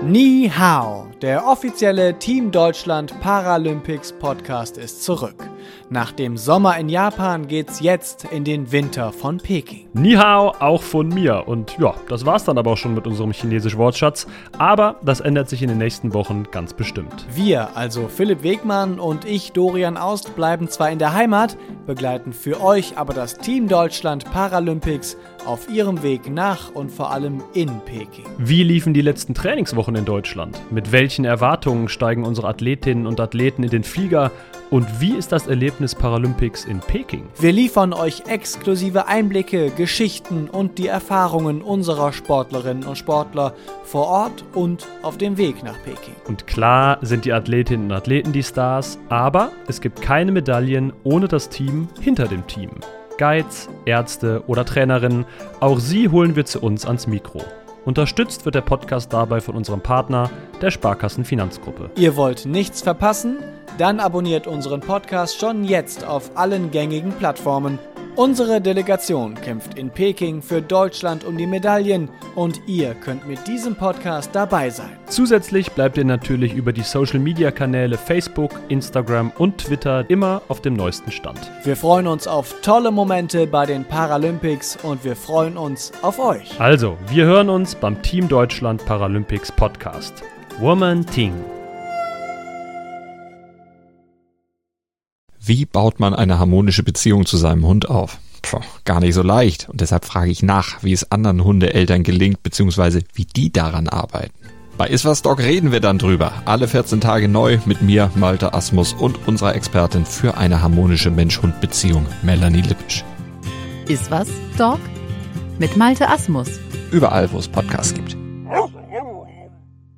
Ni Hao, der offizielle Team Deutschland Paralympics Podcast ist zurück. Nach dem Sommer in Japan geht's jetzt in den Winter von Peking. Ni Hao auch von mir. Und ja, das war's dann aber auch schon mit unserem chinesischen Wortschatz. Aber das ändert sich in den nächsten Wochen ganz bestimmt. Wir, also Philipp Wegmann und ich, Dorian Aust, bleiben zwar in der Heimat, begleiten für euch aber das Team Deutschland Paralympics auf ihrem Weg nach und vor allem in Peking. Wie liefen die letzten Trainingswochen in Deutschland? Mit welchen Erwartungen steigen unsere Athletinnen und Athleten in den Flieger? Und wie ist das Erlebnis Paralympics in Peking? Wir liefern euch exklusive Einblicke, Geschichten und die Erfahrungen unserer Sportlerinnen und Sportler vor Ort und auf dem Weg nach Peking. Und klar sind die Athletinnen und Athleten die Stars, aber es gibt keine Medaillen ohne das Team hinter dem Team. Guides, Ärzte oder Trainerinnen, auch sie holen wir zu uns ans Mikro. Unterstützt wird der Podcast dabei von unserem Partner, der Sparkassen Finanzgruppe. Ihr wollt nichts verpassen? Dann abonniert unseren Podcast schon jetzt auf allen gängigen Plattformen. Unsere Delegation kämpft in Peking für Deutschland um die Medaillen und ihr könnt mit diesem Podcast dabei sein. Zusätzlich bleibt ihr natürlich über die Social-Media-Kanäle Facebook, Instagram und Twitter immer auf dem neuesten Stand. Wir freuen uns auf tolle Momente bei den Paralympics und wir freuen uns auf euch. Also, wir hören uns beim Team Deutschland Paralympics Podcast. Woman Ting. Wie baut man eine harmonische Beziehung zu seinem Hund auf? Gar nicht so leicht. Und deshalb frage ich nach, wie es anderen Hundeeltern gelingt, beziehungsweise wie die daran arbeiten. Bei Iswas Dog reden wir dann drüber. Alle 14 Tage neu mit mir, Malte Asmus und unserer Expertin für eine harmonische Mensch-Hund-Beziehung, Melanie Lippisch. Iswas Dog mit Malte Asmus. Überall, wo es Podcasts gibt.